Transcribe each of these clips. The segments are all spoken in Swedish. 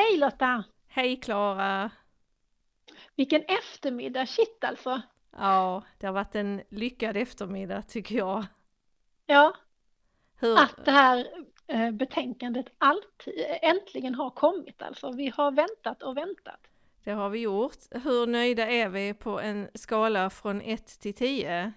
Hej Lotta! Hej Klara! Vilken eftermiddag, shit alltså! Ja, det har varit en lyckad eftermiddag tycker jag. Ja, Hur... att det här betänkandet äntligen har kommit alltså. Vi har väntat och väntat. Det har vi gjort. Hur nöjda är vi på en skala från 1 till 10?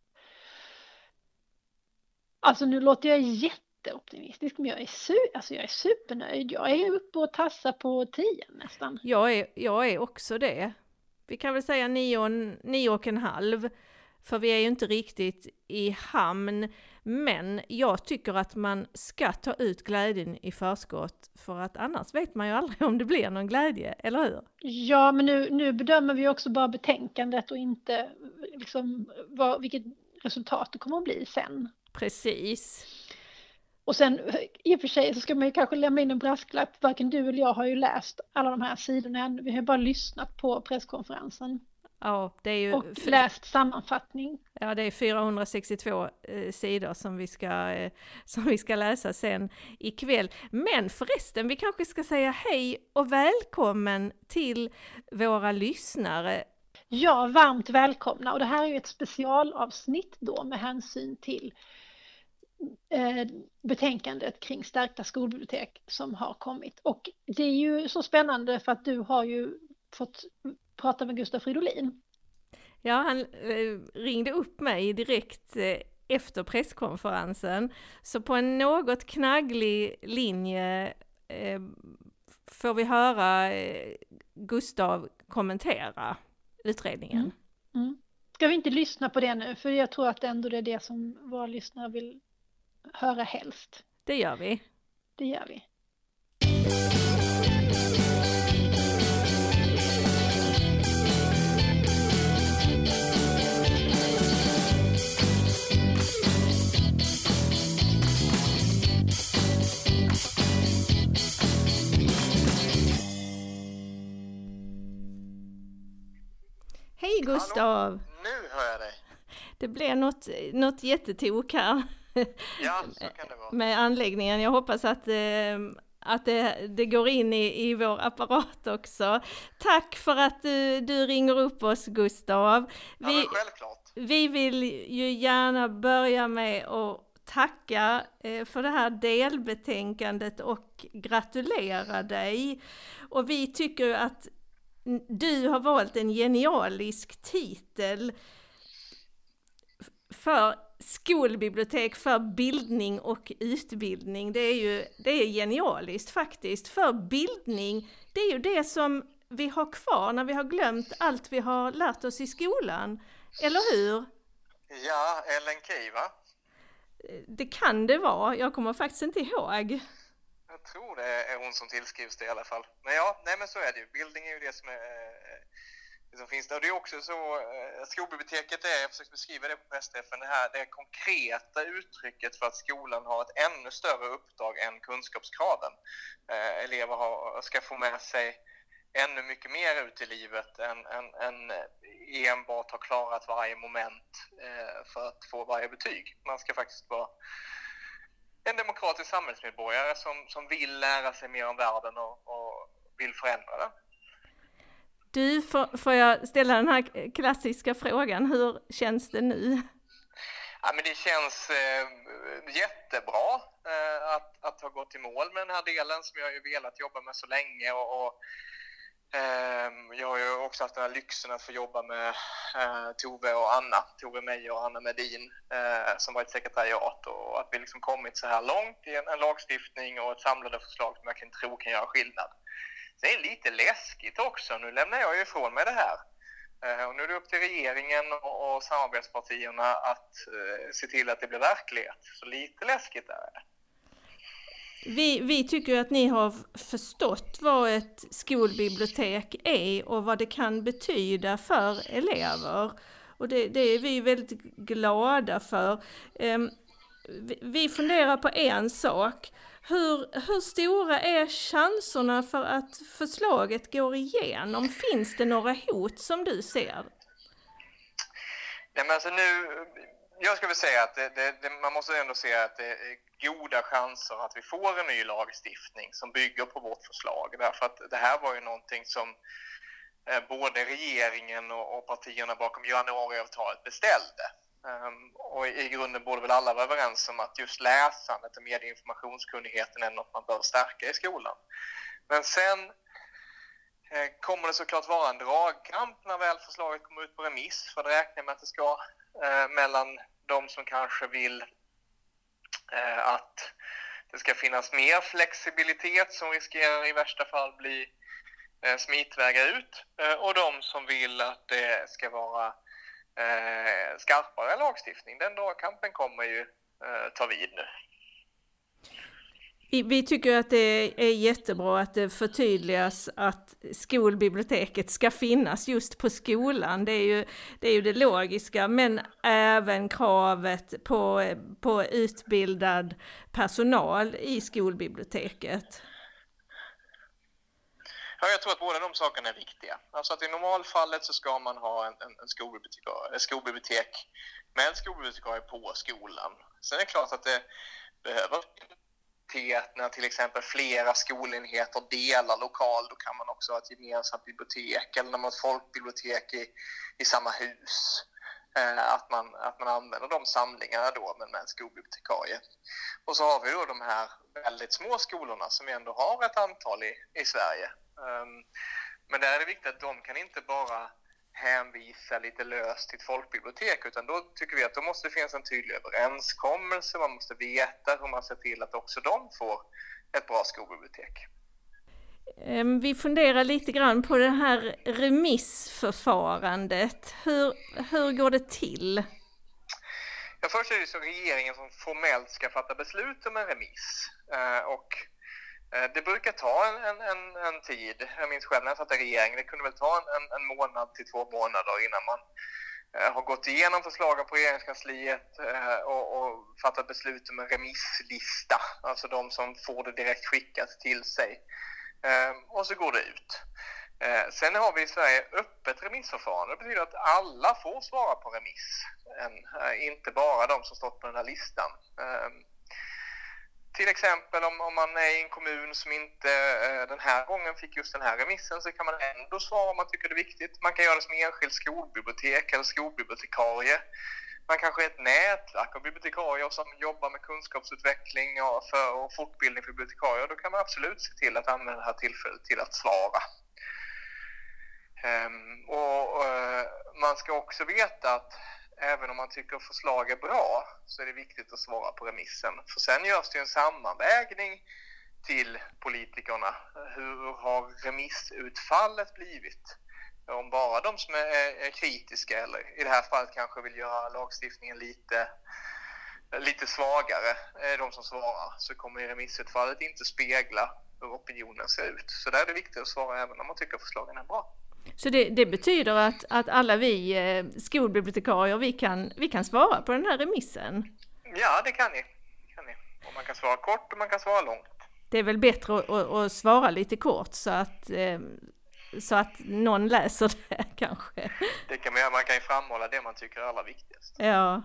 Alltså nu låter jag jätteoptimistisk, men jag är supernöjd. Jag är uppe och tassar på 10 nästan. Jag är också det. Vi kan väl säga 9,5. För vi är ju inte riktigt i hamn. Men jag tycker att man ska ta ut glädjen i förskott. För att annars vet man ju aldrig om det blir någon glädje, eller hur? Ja, men nu bedömer vi också bara betänkandet och inte liksom vilket resultat det kommer att bli sen. Precis. Och sen i och för sig så ska man ju kanske lämna in en brasklapp. Varken du eller jag har ju läst alla de här sidorna än. Vi har bara lyssnat på presskonferensen. Ja, det är ju... Och läst sammanfattning. Ja, det är 462 sidor som vi ska läsa sen ikväll. Men förresten, vi kanske ska säga hej och välkommen till våra lyssnare. Ja, varmt välkomna. Och det här är ju ett specialavsnitt då med hänsyn till betänkandet kring stärkta skolbibliotek som har kommit. Och det är ju så spännande för att du har ju fått prata med Gustav Fridolin. Ja, han ringde upp mig direkt efter presskonferensen. Så på en något knagglig linje får vi höra Gustav kommentera utredningen. Ska vi inte lyssna på det nu? För jag tror att ändå det är det som våra lyssnare vill höra helst. Det gör vi. Det gör vi. Hej Gustav! Hallå, nu hör jag dig. Det blev något jättetok här. Ja, så kan det vara. Med anläggningen. Jag hoppas att det går in i vår apparat också. Tack för att du ringer upp oss, Gustav. Ja, men självklart. Vi vill ju gärna börja med att tacka för det här delbetänkandet och gratulera dig. Och vi tycker ju att du har valt en genialisk titel för skolbibliotek för bildning och utbildning. Det är genialiskt faktiskt. För bildning, det är ju det som vi har kvar när vi har glömt allt vi har lärt oss i skolan. Eller hur? Ja, Ellen Key, va? Det kan det vara. Jag kommer faktiskt inte ihåg. Jag tror det är hon som tillskrivs det i alla fall. Men ja, nej men så är det ju. Bildning är ju det som är... som finns där. Och det är också så, skolbiblioteket är, jag försöker beskriva det på pressträffen, det konkreta uttrycket för att skolan har ett ännu större uppdrag än kunskapskraven. Elever ska få med sig ännu mycket mer ut i livet än enbart ha klarat varje moment för att få varje betyg. Man ska faktiskt vara en demokratisk samhällsmedborgare som vill lära sig mer om världen och vill förändra den. Du, får jag ställa den här klassiska frågan, hur känns det nu? Ja, men det känns jättebra att ha gått i mål med den här delen som jag har ju velat jobba med så länge och jag har ju också haft den här lyxen att få jobba med Tove Meijer och Anna Medin som var ett sekretariat och att vi liksom kommit så här långt i en lagstiftning och ett samlade förslag som jag tror kan göra skillnad. Det är lite läskigt också. Nu lämnar jag ju ifrån mig det här. Och nu är det upp till regeringen och samarbetspartierna att se till att det blir verklighet. Så lite läskigt är det. Vi tycker att ni har förstått vad ett skolbibliotek är och vad det kan betyda för elever. Och det är vi väldigt glada för. Vi funderar på en sak. Hur stora är chanserna för att förslaget går igenom? Finns det några hot som du ser? Nej, men alltså nu, Jag skulle säga att man måste ändå se att det är goda chanser att vi får en ny lagstiftning som bygger på vårt förslag. Därför att det här var ju någonting som både regeringen och partierna bakom januariavtalet beställde. Och i grunden borde väl alla vara överens om att just läsandet och medieinformationskunnigheten är något man bör stärka i skolan. Men sen kommer det såklart vara en dragkamp när väl förslaget kommer ut på remiss, för det räknar med att det ska mellan de som kanske vill att det ska finnas mer flexibilitet som riskerar i värsta fall bli smitvägar ut, och de som vill att det ska vara skarpare lagstiftning. Den dragkampen kommer ju ta vid nu. Vi tycker att det är jättebra att det förtydligas att skolbiblioteket ska finnas just på skolan. Det är ju det logiska, men även kravet på utbildad personal i skolbiblioteket. Ja, jag tror att båda de sakerna är viktiga. Alltså att i normalfallet så ska man ha en skolbibliotek med skolbibliotekarie på skolan. Sen är det klart att det behöver när till exempel flera skolenheter delar lokal, då kan man också ha ett gemensamt bibliotek, eller när man har ett folkbibliotek i samma hus. Att man använder de samlingarna då med en skolbibliotekarie. Och så har vi då de här väldigt små skolorna som vi ändå har ett antal i Sverige. Men där är det viktigt att de kan inte bara hänvisa lite löst till ett folkbibliotek, utan då tycker vi att då måste det finnas en tydlig överenskommelse. Man måste veta hur man ser till att också de får ett bra skolbibliotek. Vi funderar lite grann på det här remissförfarandet. Hur går det till? Ja, först är det så regeringen som formellt ska fatta beslut om en remiss. Och det brukar ta en tid. Jag minns själv när jag satt i regeringen. Det kunde väl ta en månad till 2 månader innan man har gått igenom förslagen på regeringskansliet och fattat beslut om en remisslista. Alltså de som får det direkt skickat till sig. Och så går det ut. Sen har vi i Sverige öppet remissförfarande. Det betyder att alla får svara på remiss. Inte bara de som stått på den här listan. Till exempel om man är i en kommun som inte den här gången fick just den här remissen, så kan man ändå svara om man tycker det är viktigt. Man kan göra det som enskild skolbibliotek eller skolbibliotekarie. Man kanske är ett nätverk av bibliotekarier som jobbar med kunskapsutveckling och fortbildning för bibliotekarier. Då kan man absolut se till att använda det här tillfället till att svara. Man ska också veta att även om man tycker förslag är bra, så är det viktigt att svara på remissen. För sen görs det en sammanvägning till politikerna. Hur har remissutfallet blivit? Om bara de som är kritiska, eller i det här fallet kanske vill göra lagstiftningen lite svagare, är de som svarar, så kommer remissutfallet inte spegla hur opinionen ser ut. Så där är det viktigt att svara även om man tycker förslagen är bra. Så det betyder att alla vi skolbibliotekarier, vi kan svara på den här remissen? Ja, det kan ni. Och man kan svara kort och man kan svara långt. Det är väl bättre att svara lite kort så att någon läser det kanske. Det kan man göra. Man kan ju framhålla det man tycker är allra viktigast. Ja.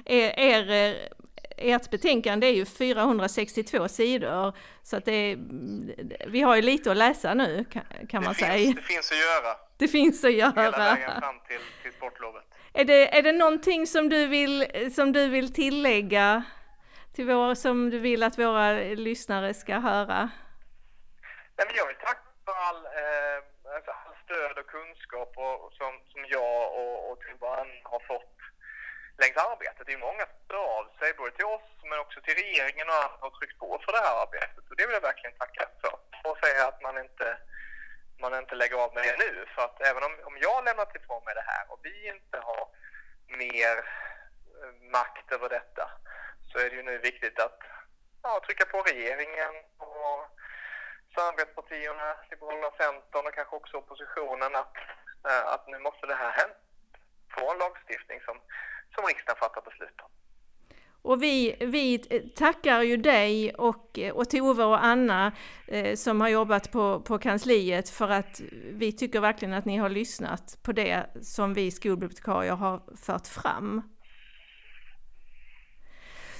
Ert betänkande är ju 462 sidor, så att vi har ju lite att läsa nu kan man säga. Det finns att göra. Det finns att göra. Hela vägen fram till sportlovet. Är det någonting som du vill tillägga som du vill att våra lyssnare ska höra? Nej, men jag vill tacka för all stöd och kunskap som jag och Tillban har fått längs arbetet. Det är många som hör av sig både till oss men också till regeringen och andra har tryckt på för det här arbetet. Och det vill jag verkligen tacka för. Och säga att man inte lägger av med det nu. För att även om jag lämnat ifrån mig det här och vi inte har mer makt över detta, så är det ju nu viktigt att trycka på regeringen och samarbetspartierna, Liberalerna, Centern och kanske också oppositionen att nu måste det här hända. Få en lagstiftning som riksdagen fattar beslut om. Och vi tackar ju dig och Tove och Anna som har jobbat på kansliet, för att vi tycker verkligen att ni har lyssnat på det som vi skolbibliotekarier har fört fram.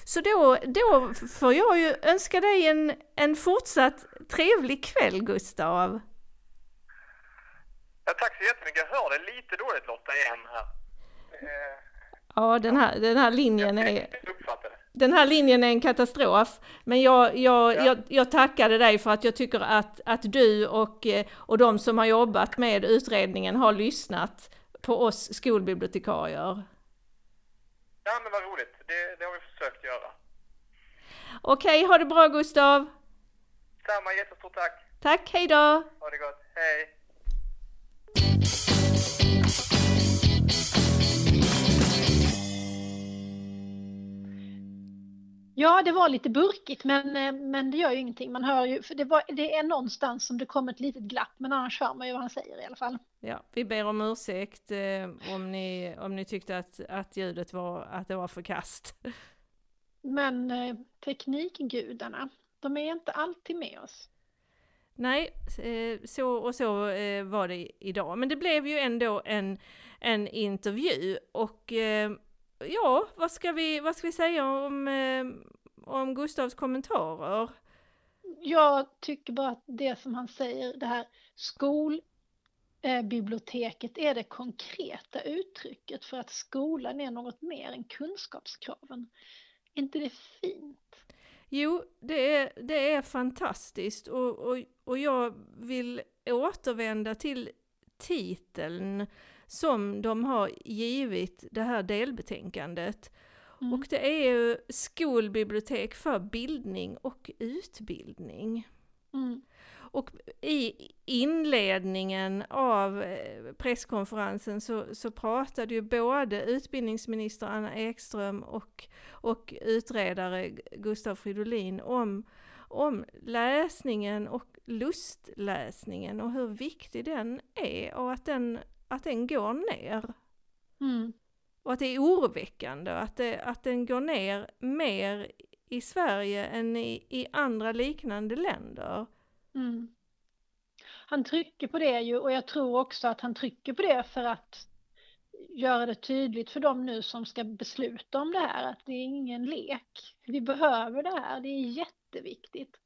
Så då får jag ju önska dig en fortsatt trevlig kväll, Gustav. Ja, tack så jättemycket. Jag hör det lite dåligt, Lotta, igen här. Ja, den här linjen är en katastrof. Men jag tackade dig för att jag tycker att du och de som har jobbat med utredningen har lyssnat på oss skolbibliotekarier. Ja, men vad roligt. Det har vi försökt göra. Okej, ha det bra, Gustav. Samma, jättestort tack. Tack, hej då. Ha det gott. Hej. Ja, det var lite burkigt, men det gör ju ingenting. Man hör ju, för det är någonstans som det kommer ett litet glapp, men annars hör man ju vad han säger i alla fall. Ja, vi ber om ursäkt om ni tyckte att ljudet det var förkast. Men teknikgudarna, de är inte alltid med oss. Nej, så var det idag. Men det blev ju ändå en intervju och ja, vad ska vi säga om Gustavs kommentarer? Jag tycker bara att det som han säger, det här skolbiblioteket är det konkreta uttrycket för att skolan är något mer än kunskapskraven. Är inte det fint? Jo, det är fantastiskt och jag vill återvända till titeln som de har givit det här delbetänkandet. Mm. Och det är ju skolbibliotek för bildning och utbildning. Mm. Och i inledningen av presskonferensen så pratade ju både utbildningsminister Anna Ekström och utredare Gustav Fridolin om läsningen och lustläsningen och hur viktig den är och att den går ner. Mm. Och att det är oroväckande att den går ner mer i Sverige än i andra liknande länder. Mm. Han trycker på det ju, och jag tror också att han trycker på det för att göra det tydligt för dem nu som ska besluta om det här att det är ingen lek. Vi behöver det här, det är jätteviktigt.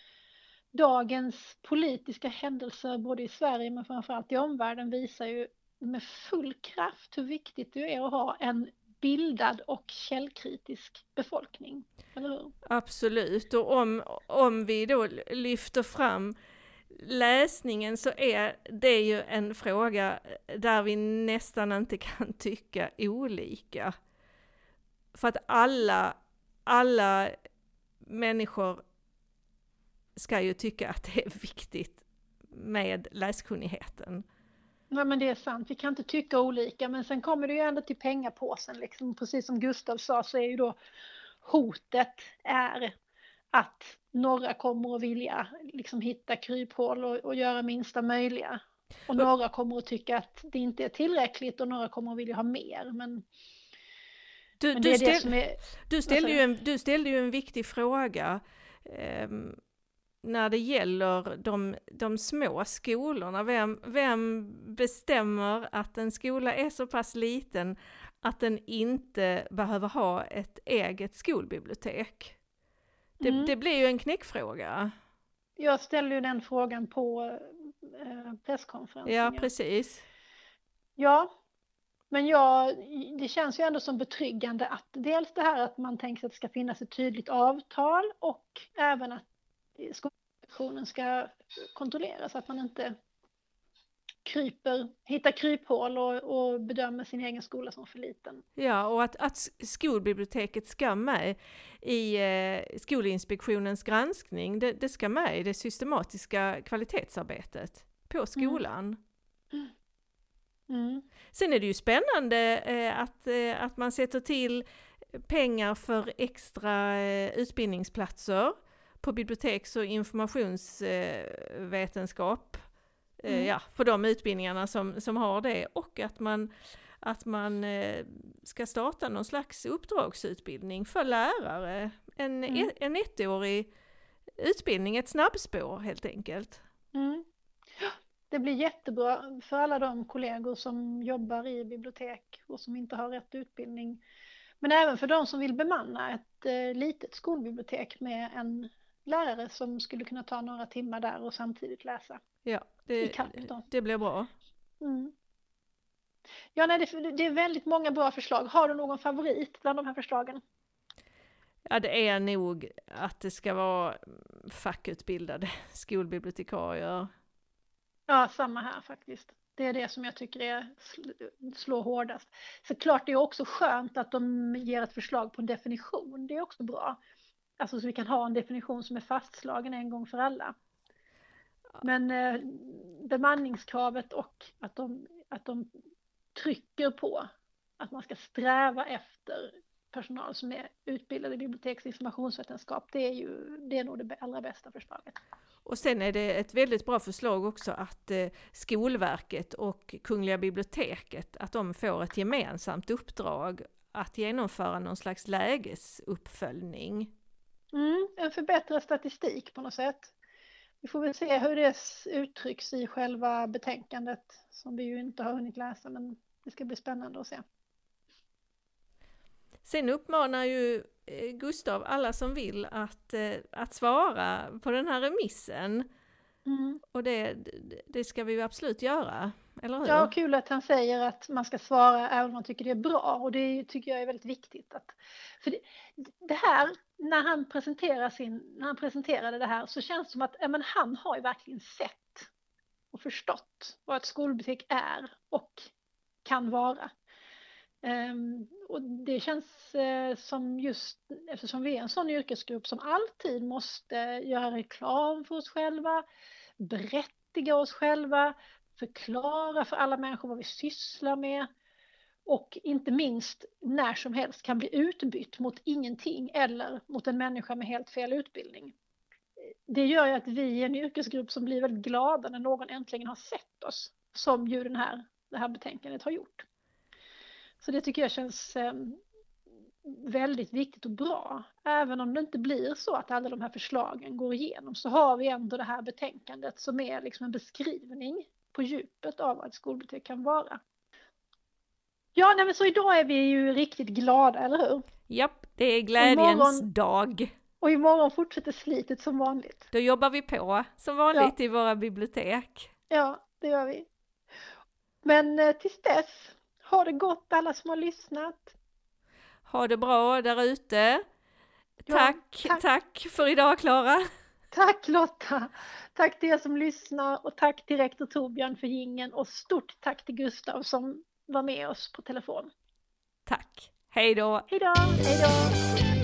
Dagens politiska händelser både i Sverige men framförallt i omvärlden visar ju med full kraft hur viktigt det är att ha en bildad och källkritisk befolkning, eller hur? Absolut, och om vi då lyfter fram läsningen så är det ju en fråga där vi nästan inte kan tycka olika. För att alla människor ska ju tycka att det är viktigt med läskunnigheten. Ja, men det är sant. Vi kan inte tycka olika, men sen kommer det ju ändå till pengapåsen. Liksom. Precis som Gustav sa så är ju då hotet är att några kommer att vilja liksom hitta kryphål och göra minsta möjliga. Och några kommer att tycka att det inte är tillräckligt och några kommer att vilja ha mer. Men du ställde ju en viktig fråga när det gäller de små skolorna. Vem bestämmer att en skola är så pass liten att den inte behöver ha ett eget skolbibliotek? Det blir ju en knäckfråga. Jag ställde ju den frågan på presskonferensen. Ja, precis. Ja, men det känns ju ändå som betryggande att dels det här att man tänker att det ska finnas ett tydligt avtal och även att Skolinspektionen ska kontrollera så att man inte hittar kryphål och bedömer sin egen skola som för liten. Ja, och att skolbiblioteket ska med i Skolinspektionens granskning, det ska med i det systematiska kvalitetsarbetet på skolan. Mm. Sen är det ju spännande att man sätter till pengar för extra utbildningsplatser på biblioteks- och informationsvetenskap. För de utbildningarna som har det, och att man ska starta någon slags uppdragsutbildning för lärare. En ettårig utbildning, ett snabbspår helt enkelt. Mm. Det blir jättebra för alla de kollegor som jobbar i bibliotek och som inte har rätt utbildning. Men även för de som vill bemanna ett litet skolbibliotek med en lärare som skulle kunna ta några timmar där och samtidigt läsa. Ja, det blir bra. Mm. Ja, nej, det är väldigt många bra förslag. Har du någon favorit bland de här förslagen? Ja, det är nog att det ska vara fackutbildade skolbibliotekarier. Ja, samma här faktiskt. Det är det som jag tycker slår hårdast. Så klart det är också skönt att de ger ett förslag på en definition. Det är också bra. Alltså så vi kan ha en definition som är fastslagen en gång för alla. Men bemanningskravet och att de trycker på att man ska sträva efter personal som är utbildad i biblioteks- och informationsvetenskap, det är nog det allra bästa förslaget. Och sen är det ett väldigt bra förslag också att Skolverket och Kungliga biblioteket, att de får ett gemensamt uppdrag att genomföra någon slags lägesuppföljning. En förbättrad statistik på något sätt. Vi får väl se hur det uttrycks i själva betänkandet som vi ju inte har hunnit läsa, men det ska bli spännande att se. Sen uppmanar ju Gustav alla som vill att svara på den här remissen. Och det ska vi ju absolut göra, eller hur? Ja, kul att han säger att man ska svara även om man tycker det är bra. Och det tycker jag är väldigt viktigt. För det här, när han presenterade det här så känns det som att han har ju verkligen sett och förstått vad ett skolbibliotek är och kan vara. Och det känns som just eftersom vi är en sån yrkesgrupp som alltid måste göra reklam för oss själva, berättiga oss själva, förklara för alla människor vad vi sysslar med och inte minst när som helst kan bli utbytt mot ingenting eller mot en människa med helt fel utbildning. Det gör ju att vi är en yrkesgrupp som blir väldigt glada när någon äntligen har sett oss, som ju det här betänkandet har gjort. Så det tycker jag känns väldigt viktigt och bra. Även om det inte blir så att alla de här förslagen går igenom så har vi ändå det här betänkandet som är liksom en beskrivning på djupet av vad ett skolbibliotek kan vara. Ja, men så idag är vi ju riktigt glada, eller hur? Japp, det är glädjens dag. Och imorgon fortsätter slitet som vanligt. Då jobbar vi på som vanligt i våra bibliotek. Ja, det gör vi. Men tills dess, ha det gott alla som har lyssnat. Ha det bra där ute. Ja, tack för idag, Klara. Tack Lotta. Tack till er som lyssnar och tack till rektor Torbjörn för jingeln och stort tack till Gustav som var med oss på telefon. Tack. Hej då. Hej då.